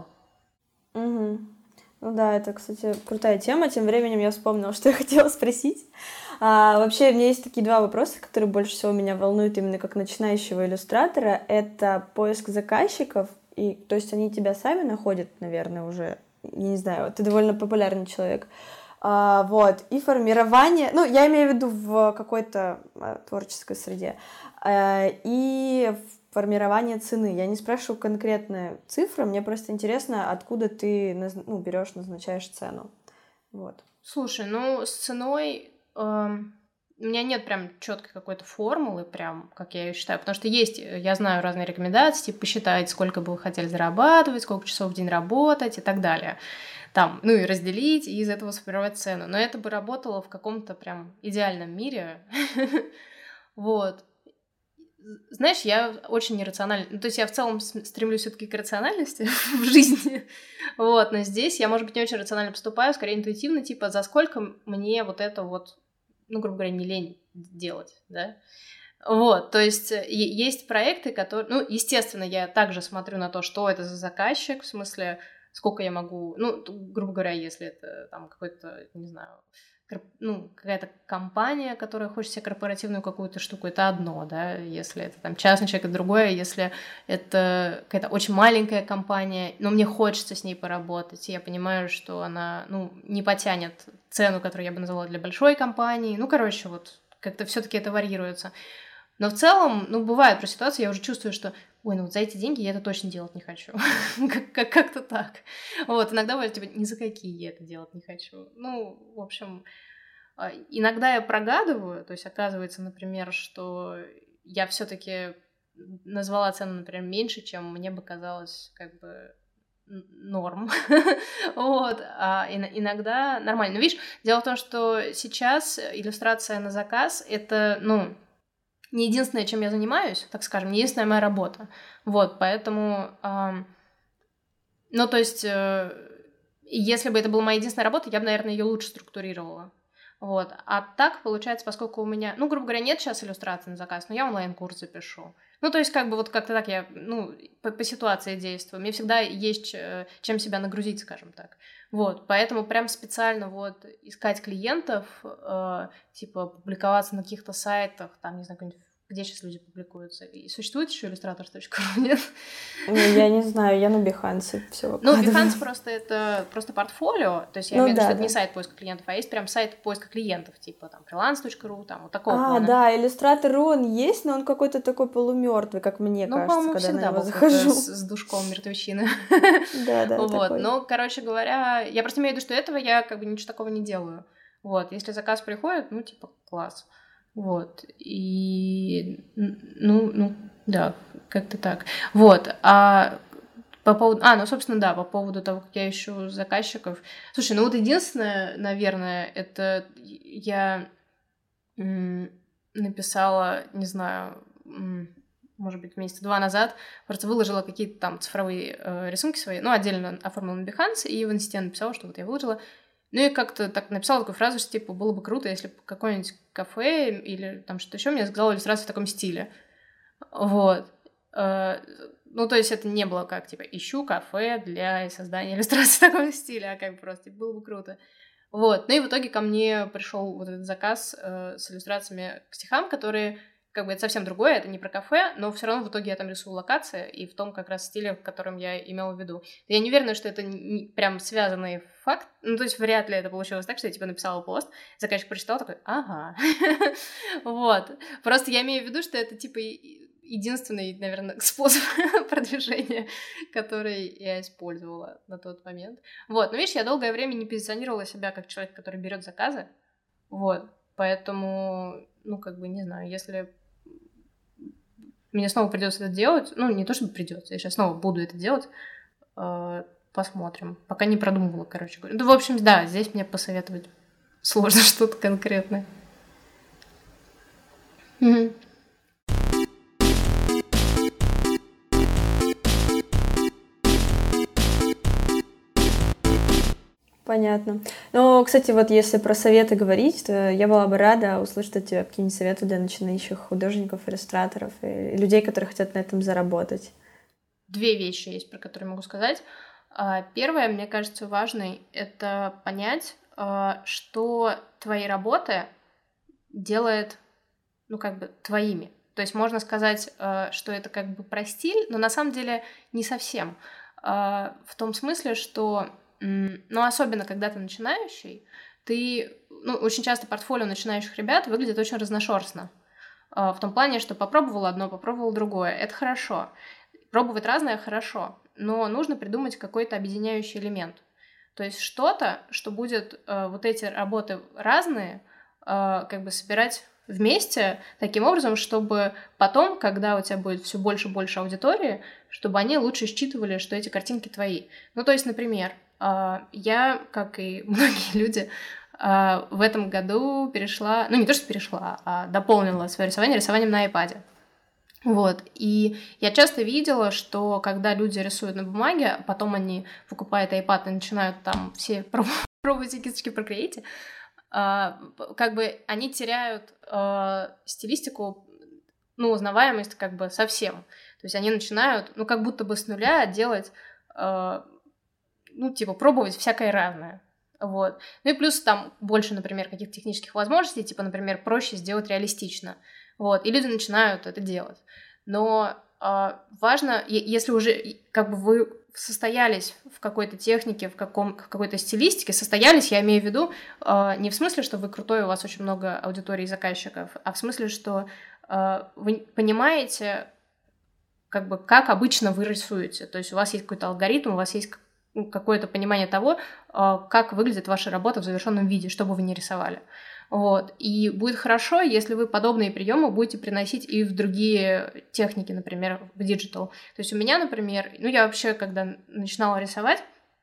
Угу. Ну да, это, кстати, крутая тема. Тем временем я вспомнила, что я хотела спросить. А, вообще, у меня есть такие два вопроса, которые больше всего меня волнуют именно как начинающего иллюстратора. Это поиск заказчиков, и, то есть они тебя сами находят, наверное, уже, я не знаю, ты довольно популярный человек. А, вот, и формирование, ну, я имею в виду в какой-то а, творческой среде, а, и формирование цены. Я не спрашиваю конкретные цифры, мне просто интересно, откуда ты ну, берешь, назначаешь цену. Вот. Слушай, ну, с ценой э, у меня нет прям четкой какой-то формулы, прям, как я ее считаю, потому что есть, я знаю разные рекомендации, типа посчитать, сколько бы вы хотели зарабатывать, сколько часов в день работать и так далее. Там, ну и разделить, и из этого сформировать цену. Но это бы работало в каком-то прям идеальном мире. Вот. Знаешь, я очень нерациональна. Ну, то есть я в целом стремлюсь все-таки к рациональности в жизни. Вот, но здесь я, может быть, не очень рационально поступаю, скорее интуитивно, типа, за сколько мне вот это вот, ну, грубо говоря, не лень делать, да? Вот, то есть есть проекты, которые... Ну, естественно, я также смотрю на то, что это за заказчик, в смысле, сколько я могу... Ну, грубо говоря, если это там какой-то, не знаю, ну, какая-то компания, которая хочет себе корпоративную какую-то штуку, это одно, да, если это там частный человек, это другое, если это какая-то очень маленькая компания, но мне хочется с ней поработать, и я понимаю, что она, ну, не потянет цену, которую я бы назвала для большой компании, ну, короче, вот как-то все-таки это варьируется. Но в целом, ну, бывает про ситуации, я уже чувствую, что, ой, ну вот за эти деньги я это точно делать не хочу. Как-то так. Вот, иногда бывает, типа, ни за какие я это делать не хочу. Ну, в общем, иногда я прогадываю, то есть оказывается, например, что я все-таки назвала цену, например, меньше, чем мне бы казалось, как бы, норм. Вот. А иногда нормально. Но видишь, дело в том, что сейчас иллюстрация на заказ — это, ну, не единственное, чем я занимаюсь, так скажем, не единственная моя работа. Вот, поэтому... Э, ну, то есть, э, если бы это была моя единственная работа, я бы, наверное, ее лучше структурировала. Вот. А так, получается, поскольку у меня... Ну, грубо говоря, нет сейчас иллюстрации на заказ, но я онлайн-курс запишу. Ну, то есть, как бы, вот как-то так я, ну, по, по ситуации действую. Мне всегда есть чем себя нагрузить, скажем так. Вот, поэтому прям специально вот искать клиентов, э, типа публиковаться на каких-то сайтах, там, не знаю, где сейчас люди публикуются. И существует еще иллюстратор точка ру, нет? Я не знаю, я на Behance все выкладываю. Ну, Behance просто это просто портфолио, то есть я ну, имею в виду, да, что да. это не сайт поиска клиентов, а есть прям сайт поиска клиентов, типа там фриланс точка ру, там вот такого а, плана. А, да, иллюстратор точка ру он есть, но он какой-то такой полумертвый, как мне ну, кажется, когда на него захожу. С, с душком мертвечины. Да, да, вот. Ну, короче говоря, я просто имею в виду, что этого я как бы ничего такого не делаю. Вот, если заказ приходит, ну, типа, класс. Вот, и, ну, ну, да, как-то так. Вот, а по поводу... А, ну, собственно, да, по поводу того, как я ищу заказчиков. Слушай, ну вот единственное, наверное, это я м- написала, не знаю, м- может быть, месяца два назад, просто выложила какие-то там цифровые э, рисунки свои, ну, отдельно оформила на Behance, и в инсте написала, что вот я выложила. Ну, и как-то так написала такую фразу, что, типа, было бы круто, если бы какое-нибудь кафе или там что-то еще мне сказала иллюстрацию в таком стиле. Вот. Ну, то есть это не было как, типа, ищу кафе для создания иллюстрации в таком стиле, а как бы просто, типа, было бы круто. Вот. Ну, и в итоге ко мне пришел вот этот заказ э, с иллюстрациями к стихам, которые, как бы, это совсем другое, это не про кафе, но все равно в итоге я там рисую локации и в том как раз стиле, в котором я имела в виду. Я не уверена, что это не прям связанный факт, ну, то есть вряд ли это получилось так, что я, типа, написала пост, заказчик прочитал, такой, ага. Вот. Просто я имею в виду, что это, типа, единственный, наверное, способ продвижения, который я использовала на тот момент. Вот. Но, видишь, я долгое время не позиционировала себя как человек, который берет заказы. Вот. Поэтому, ну, как бы, не знаю, если мне снова придется это делать, ну, не то чтобы придется, я сейчас снова буду это делать, э, посмотрим. Пока не продумывала, короче говоря. Ну, в общем, да, здесь мне посоветовать сложно что-то конкретное. Mm-hmm. Понятно. Ну, кстати, вот если про советы говорить, то я была бы рада услышать от тебя какие-нибудь советы для начинающих художников, иллюстраторов и людей, которые хотят на этом заработать. Две вещи есть, про которые могу сказать. Первое, мне кажется, важной, это понять, что твои работы делает, ну, как бы, твоими. То есть можно сказать, что это как бы про стиль, но на самом деле не совсем. В том смысле, что, ну, особенно когда ты начинающий, ты, ну, очень часто портфолио начинающих ребят выглядит очень разношерстно. В том плане, что попробовал одно, попробовал другое. Это хорошо. Пробовать разное хорошо, но нужно придумать какой-то объединяющий элемент. То есть что-то, что будет э, вот эти работы разные, э, как бы собирать вместе таким образом, чтобы потом, когда у тебя будет все больше и больше аудитории, чтобы они лучше считывали, что эти картинки твои. Ну, то есть, например, э, я, как и многие люди, э, в этом году перешла, ну, не то, что перешла, а дополнила свое рисование рисованием на iPad. Вот, и я часто видела, что когда люди рисуют на бумаге, а потом они покупают iPad и начинают там все пробовать и кисточки Procreate, как бы они теряют стилистику ну, узнаваемость как бы совсем. То есть они начинают, ну, как будто бы с нуля делать, э, ну, типа, пробовать всякое разное. Вот. Ну и плюс там больше, например, каких-то технических возможностей, типа, например, проще сделать реалистично. Вот. И люди начинают это делать. Но э, важно, если уже как бы вы состоялись в какой-то технике, в, каком, в какой-то стилистике, состоялись, я имею в виду, э, не в смысле, что вы крутой, у вас очень много аудитории и заказчиков, а в смысле, что э, вы понимаете, как бы, как обычно вы рисуете. То есть у вас есть какой-то алгоритм, у вас есть какое-то понимание того, как выглядит ваша работа в завершенном виде, что бы вы ни рисовали. Вот. И будет хорошо, если вы подобные приемы будете приносить и в другие техники, например, в диджитал. То есть у меня, например, ну я вообще, когда начинала рисовать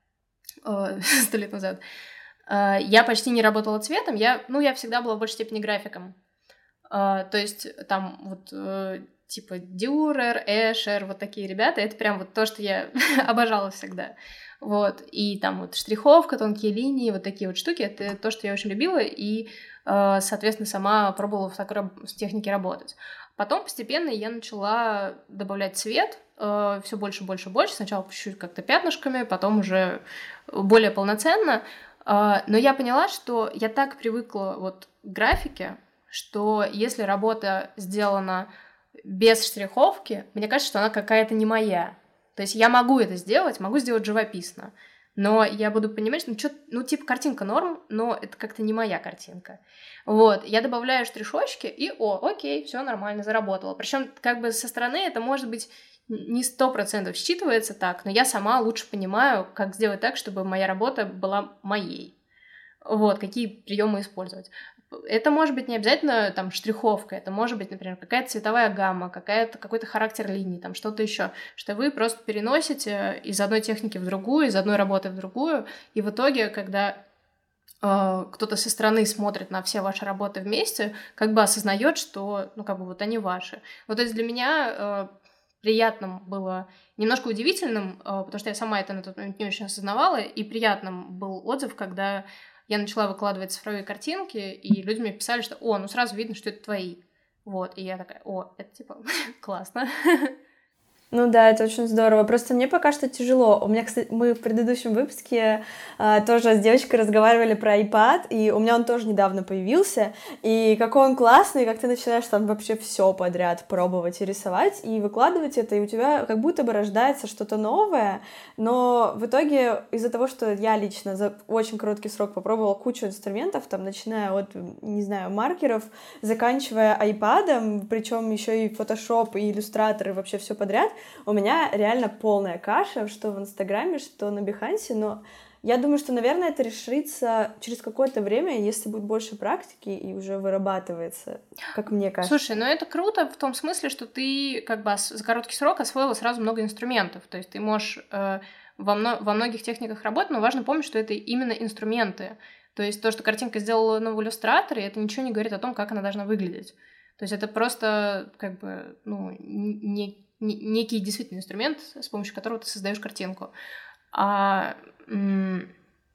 сто э, лет назад, э, я почти не работала цветом, я, ну, я всегда была в большей степени графиком. Э, то есть там вот... Э, типа Дюрер, Эшер, вот такие ребята, это прям вот то, что я обожала всегда. Вот, и там вот штриховка, тонкие линии, вот такие вот штуки, это то, что я очень любила, и, соответственно, сама пробовала в такой технике работать. Потом постепенно я начала добавлять цвет, все больше, больше, больше, сначала чуть-чуть как-то пятнышками, потом уже более полноценно, но я поняла, что я так привыкла вот к графике, что если работа сделана без штриховки, мне кажется, что она какая-то не моя. То есть я могу это сделать, могу сделать живописно, но я буду понимать, что, ну, чё, ну типа, картинка норм, но это как-то не моя картинка. Вот, я добавляю штришочки, и, о, окей, все нормально, заработало. Причем как бы со стороны это, может быть, не сто процентов считывается так, но я сама лучше понимаю, как сделать так, чтобы моя работа была моей. Вот, какие приемы использовать. Это может быть не обязательно там штриховка, это может быть, например, какая-то цветовая гамма, какая-то, какой-то характер линий, там что-то еще, что вы просто переносите из одной техники в другую, из одной работы в другую, и в итоге, когда э, кто-то со стороны смотрит на все ваши работы вместе, как бы осознает, что, ну, как бы вот они ваши. Вот это для меня э, приятным было, немножко удивительным, э, потому что я сама это на тот момент не очень осознавала, и приятным был отзыв, когда я начала выкладывать цифровые картинки, и люди мне писали, что «О, ну сразу видно, что это твои». Вот, и я такая «О, это типа классно». Ну да, это очень здорово. Просто мне пока что тяжело. У меня, кстати, мы в предыдущем выпуске а, тоже с девочкой разговаривали про iPad, и у меня он тоже недавно появился. И какой он классный, как ты начинаешь там вообще все подряд пробовать и рисовать, и выкладывать это, и у тебя как будто бы рождается что-то новое. Но в итоге из-за того, что я лично за очень короткий срок попробовала кучу инструментов, там, начиная от, не знаю, маркеров, заканчивая iPad'ом, причем еще и Photoshop, и иллюстратор, и вообще все подряд, у меня реально полная каша, что в Инстаграме, что на Бихансе, но я думаю, что, наверное, это решится через какое-то время, если будет больше практики и уже вырабатывается, как мне кажется. Слушай, ну это круто в том смысле, что ты как бы за короткий срок освоила сразу много инструментов, то есть ты можешь э, во, мно- во многих техниках работать, но важно помнить, что это именно инструменты, то есть то, что картинка сделала в иллюстраторе, это ничего не говорит о том, как она должна выглядеть, то есть это просто как бы, ну, не некий действительно инструмент, с помощью которого ты создаешь картинку. А, м-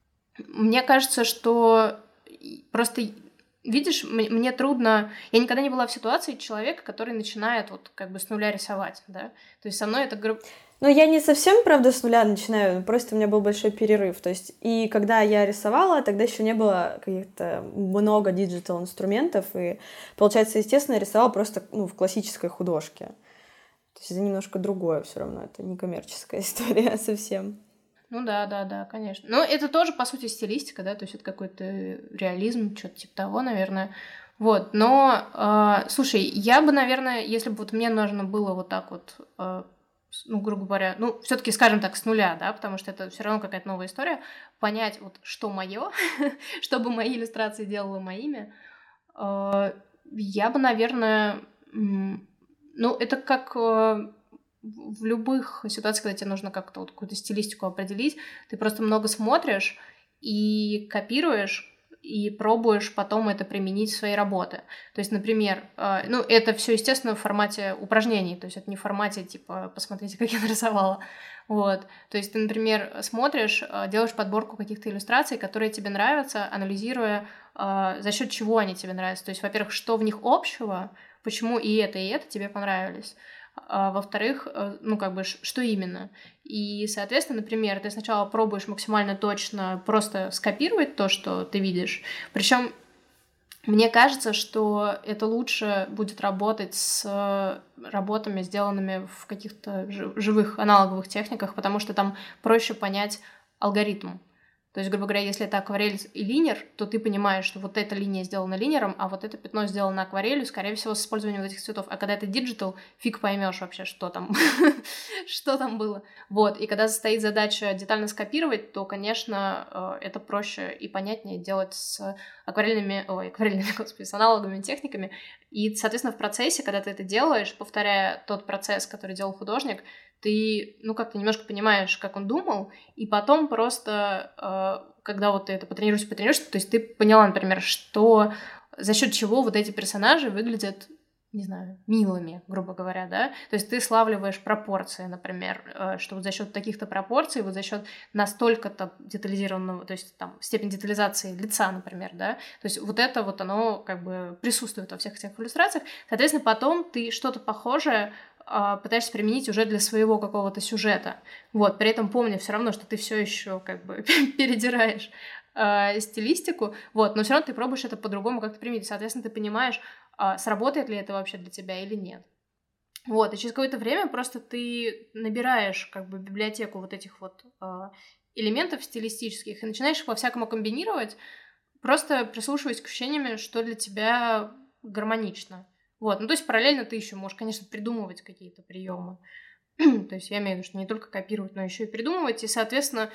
мне кажется, что просто, видишь, м- мне трудно... Я никогда не была в ситуации человека, который начинает вот как бы с нуля рисовать, да? То есть со мной это... Ну, я не совсем, правда, с нуля начинаю, просто у меня был большой перерыв. То есть, и когда я рисовала, тогда еще не было каких-то много диджитал-инструментов, и, получается, естественно, я рисовала просто, ну, в классической художке. То есть это немножко другое все равно, это не коммерческая история совсем. Ну да, да, да, конечно. Но это тоже, по сути, стилистика, да, то есть это какой-то реализм, что-то типа того, наверное. Вот, но, э, слушай, я бы, наверное, если бы вот мне нужно было вот так вот, э, ну, грубо говоря, ну, все-таки, скажем так, с нуля, да, потому что это все равно какая-то новая история, понять вот, что мое, чтобы мои иллюстрации делала моими, э, я бы, наверное... Ну, это как э, в любых ситуациях, когда тебе нужно как-то вот какую-то стилистику определить, ты просто много смотришь и копируешь, и пробуешь потом это применить в своей работе. То есть, например, э, ну, это все, естественно, в формате упражнений, то есть это не в формате, типа, посмотрите, как я нарисовала. Вот. То есть ты, например, смотришь, э, делаешь подборку каких-то иллюстраций, которые тебе нравятся, анализируя, э, за счет чего они тебе нравятся. То есть, во-первых, что в них общего, почему и это, и это тебе понравились. А, во-вторых, ну, как бы, что именно. И, соответственно, например, ты сначала пробуешь максимально точно просто скопировать то, что ты видишь. Причем мне кажется, что это лучше будет работать с работами, сделанными в каких-то живых аналоговых техниках, потому что там проще понять алгоритм. То есть, грубо говоря, если это акварель и линер, то ты понимаешь, что вот эта линия сделана линером, а вот это пятно сделано акварелью, скорее всего, с использованием вот этих цветов. А когда это диджитал, фиг поймешь вообще, что там, что там было. Вот, и когда стоит задача детально скопировать, то, конечно, это проще и понятнее делать с акварельными, ой, акварельными, господи, с аналоговыми техниками. И, соответственно, в процессе, когда ты это делаешь, повторяя тот процесс, который делал художник, ты, ну, как-то немножко понимаешь, как он думал, и потом просто, э, когда вот ты это потренируешься, потренируешься, то есть ты поняла, например, что за счет чего вот эти персонажи выглядят, не знаю, милыми, грубо говоря, да, то есть ты славливаешь пропорции, например, э, что вот за счет таких-то пропорций, вот за счет настолько-то детализированного, то есть там степень детализации лица, например, да, то есть вот это вот оно как бы присутствует во всех этих иллюстрациях, соответственно, потом ты что-то похожее пытаешься применить уже для своего какого-то сюжета. Вот, при этом помни все равно, что ты все еще как бы передираешь э, стилистику, вот, но все равно ты пробуешь это по-другому как-то применить. Соответственно, ты понимаешь, э, сработает ли это вообще для тебя или нет. Вот, и через какое-то время просто ты набираешь как бы библиотеку вот этих вот э, элементов стилистических и начинаешь их по-всякому комбинировать, просто прислушиваясь к ощущениям, что для тебя гармонично. Вот, ну то есть параллельно ты еще можешь, конечно, придумывать какие-то приемы. То есть я имею в виду, что не только копировать, но еще и придумывать. И, соответственно,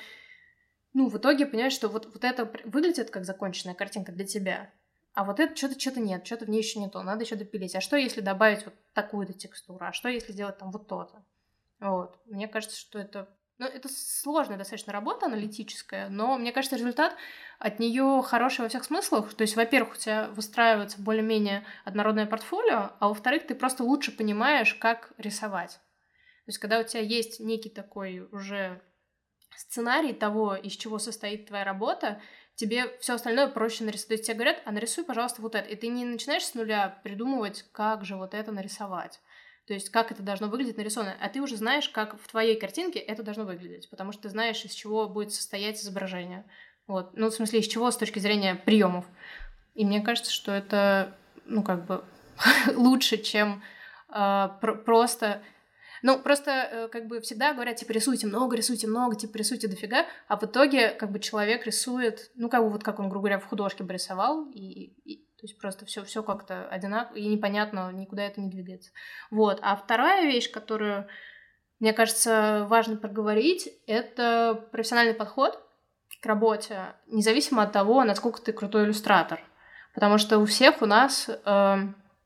ну, в итоге понимаешь, что вот, вот это выглядит как законченная картинка для тебя, а вот это что-то что-то нет, что-то в ней еще не то, надо еще допилить. А что, если добавить вот такую-то текстуру? А что, если сделать там вот то-то? Вот. Мне кажется, что это... Ну, это сложная достаточно работа аналитическая, но, мне кажется, результат от нее хороший во всех смыслах. То есть, во-первых, у тебя выстраивается более-менее однородное портфолио, а во-вторых, ты просто лучше понимаешь, как рисовать. То есть, когда у тебя есть некий такой уже сценарий того, из чего состоит твоя работа, тебе все остальное проще нарисовать. То есть, тебе говорят, а нарисуй, пожалуйста, вот это. И ты не начинаешь с нуля придумывать, как же вот это нарисовать. То есть, как это должно выглядеть нарисовано. А ты уже знаешь, как в твоей картинке это должно выглядеть, потому что ты знаешь, из чего будет состоять изображение. Вот. Ну, в смысле, из чего с точки зрения приемов. И мне кажется, что это, ну, как бы лучше, чем э, пр- просто... Ну, просто, э, как бы, всегда говорят, типа, рисуйте много, рисуйте много, типа, рисуйте дофига, а в итоге, как бы, человек рисует, ну, как бы, вот как он, грубо говоря, в художке бы рисовал, и, и то есть просто все все как-то одинаково, и непонятно, никуда это не двигается. Вот. А вторая вещь, которую, мне кажется, важно проговорить, это профессиональный подход к работе, независимо от того, насколько ты крутой иллюстратор. Потому что у всех у нас... Э,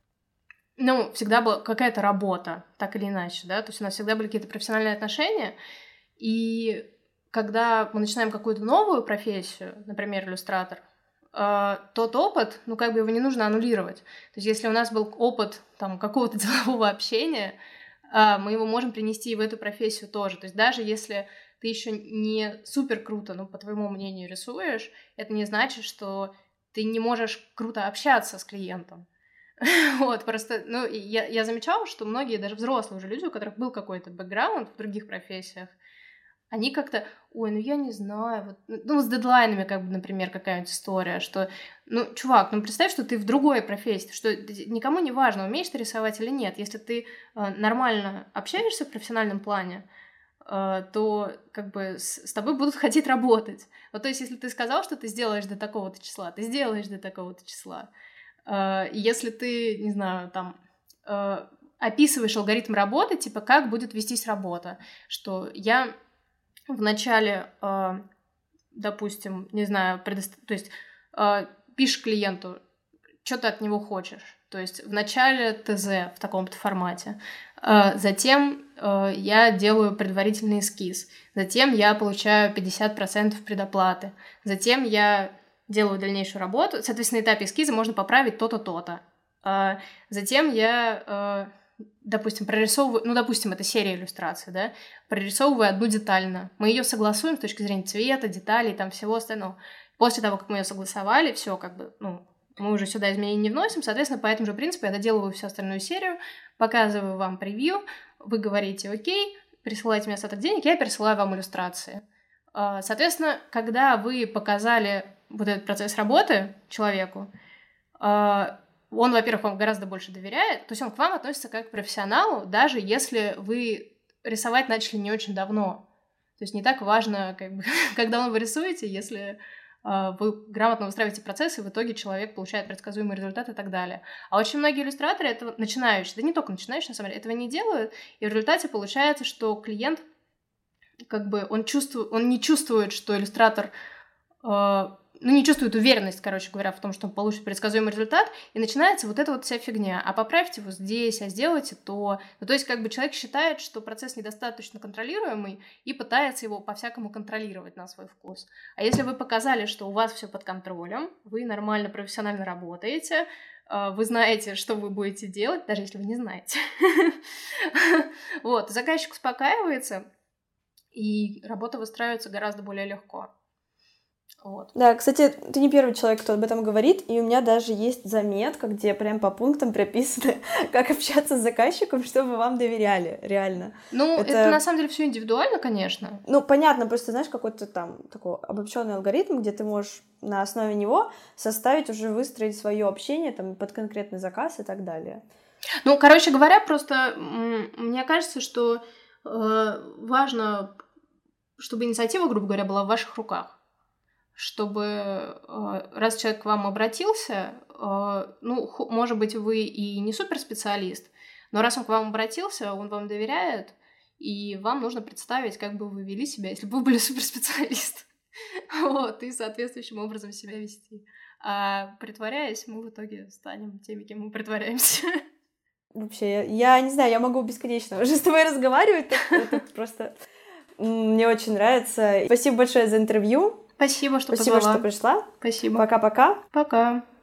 ну, всегда была какая-то работа, так или иначе, да, то есть у нас всегда были какие-то профессиональные отношения, и когда мы начинаем какую-то новую профессию, например, иллюстратор, э, тот опыт, ну, как бы его не нужно аннулировать. То есть если у нас был опыт там какого-то делового общения, э, мы его можем принести и в эту профессию тоже. То есть даже если ты еще не супер круто, ну, по твоему мнению, рисуешь, это не значит, что ты не можешь круто общаться с клиентом. Вот, просто, ну, я, я замечала, что многие, даже взрослые уже люди, у которых был какой-то бэкграунд в других профессиях, они как-то, ой, ну я не знаю, вот, ну, с дедлайнами, как бы, например, какая-нибудь история, что, ну, чувак, ну, представь, что ты в другой профессии, что никому не важно, умеешь ты рисовать или нет, если ты э, нормально общаешься в профессиональном плане, э, то, как бы, с, с тобой будут хотеть работать. Вот, то есть, если ты сказал, что ты сделаешь до такого-то числа, ты сделаешь до такого-то числа. Если ты, не знаю, там, описываешь алгоритм работы, типа, как будет вестись работа, что я вначале, допустим, не знаю, предост... то есть пишешь клиенту, что ты от него хочешь, то есть вначале ТЗ в таком-то формате, затем я делаю предварительный эскиз, затем я получаю пятьдесят процентов предоплаты, затем я делаю дальнейшую работу. Соответственно, на этапе эскиза можно поправить то-то, то-то. А затем я, а, допустим, прорисовываю... Ну, допустим, это серия иллюстраций, да? Прорисовываю одну детально. Мы ее согласуем с точки зрения цвета, деталей, там, всего остального. После того, как мы ее согласовали, все как бы, ну, Мы уже сюда изменений не вносим, соответственно, по этому же принципу я доделываю всю остальную серию, показываю вам превью, вы говорите «Окей», присылайте мне остаток денег, я пересылаю вам иллюстрации. Соответственно, когда вы показали вот этот процесс работы человеку, он, во-первых, вам гораздо больше доверяет, то есть он к вам относится как к профессионалу, даже если вы рисовать начали не очень давно. То есть не так важно, как бы, как давно вы рисуете, если э, вы грамотно выстраиваете процесс, и в итоге человек получает предсказуемый результат и так далее. А очень многие иллюстраторы, это начинающие, да не только начинающие, на самом деле, этого не делают, и в результате получается, что клиент, как бы, он, чувствует, он не чувствует, что иллюстратор... Э, ну, не чувствует уверенность, короче говоря, в том, что он получит предсказуемый результат, и начинается вот эта вот вся фигня. А поправьте его здесь, а сделайте то. Ну, то есть, как бы человек считает, что процесс недостаточно контролируемый и пытается его по-всякому контролировать на свой вкус. А если вы показали, что у вас все под контролем, вы нормально, профессионально работаете, вы знаете, что вы будете делать, даже если вы не знаете. Вот, заказчик успокаивается, и работа выстраивается гораздо более легко. Вот. Да, кстати, ты не первый человек, кто об этом говорит, и у меня даже есть заметка, где прям по пунктам прописано, как общаться с заказчиком, чтобы вам доверяли, реально. Ну, это, это на самом деле все индивидуально, конечно. Ну, понятно, просто, знаешь, какой-то там такой обобщенный алгоритм, где ты можешь на основе него составить, уже выстроить свое общение там, под конкретный заказ и так далее. Ну, короче говоря, просто мне кажется, что э, важно, чтобы инициатива, грубо говоря, была в ваших руках. Чтобы, раз человек к вам обратился, ну, может быть, вы и не суперспециалист, но раз он к вам обратился, он вам доверяет, и вам нужно представить, как бы вы вели себя, если бы вы были суперспециалист. Вот, и соответствующим образом себя вести. А притворяясь, мы в итоге станем теми, кем мы притворяемся. Вообще, я не знаю, я могу бесконечно уже с тобой разговаривать, это просто мне очень нравится. Спасибо большое за интервью. Спасибо, что Спасибо, позвала. что пришла. Спасибо. Пока-пока. Пока.